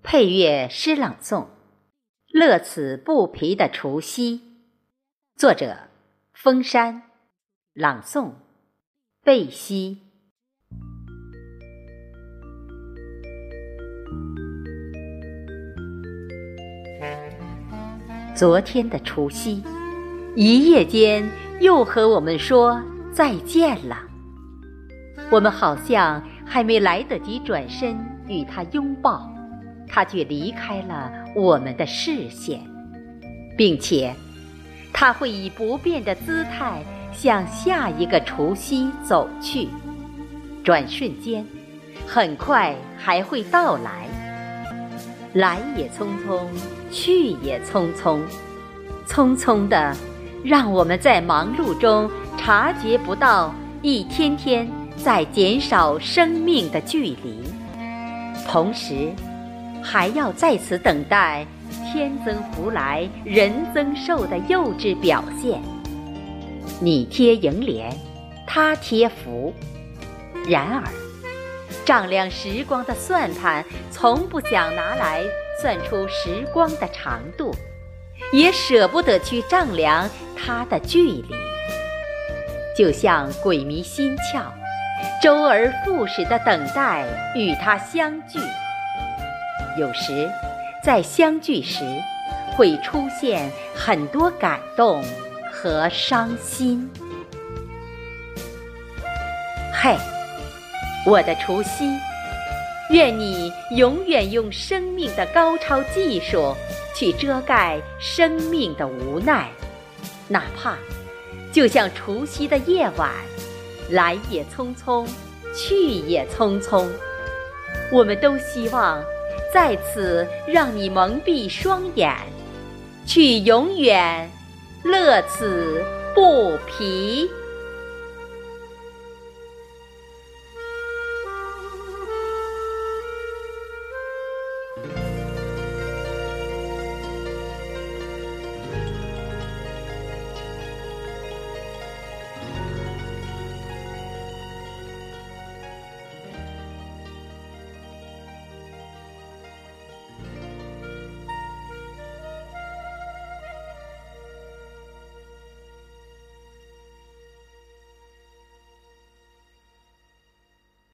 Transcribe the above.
配乐诗朗诵《乐此不疲的除夕》，作者风山，朗诵贝西。昨天的除夕，一夜间又和我们说再见了。我们好像还没来得及转身与他拥抱，他却离开了我们的视线，并且他会以不变的姿态向下一个除夕走去，转瞬间很快还会到来，来也匆匆，去也匆匆，匆匆的让我们在忙碌中察觉不到一天天在减少生命的距离，同时还要在此等待天增福来人增寿的幼稚表现。你贴楹联，他贴福。然而丈量时光的算盘从不想拿来算出时光的长度，也舍不得去丈量它的距离，就像鬼迷心窍，周而复始地等待与它相聚。有时在相聚时会出现很多感动和伤心。嘿，我的除夕，愿你永远用生命的高超技术去遮盖生命的无奈，哪怕就像除夕的夜晚，来也匆匆，去也匆匆，我们都希望在此让你蒙蔽双眼，去永远乐此不疲。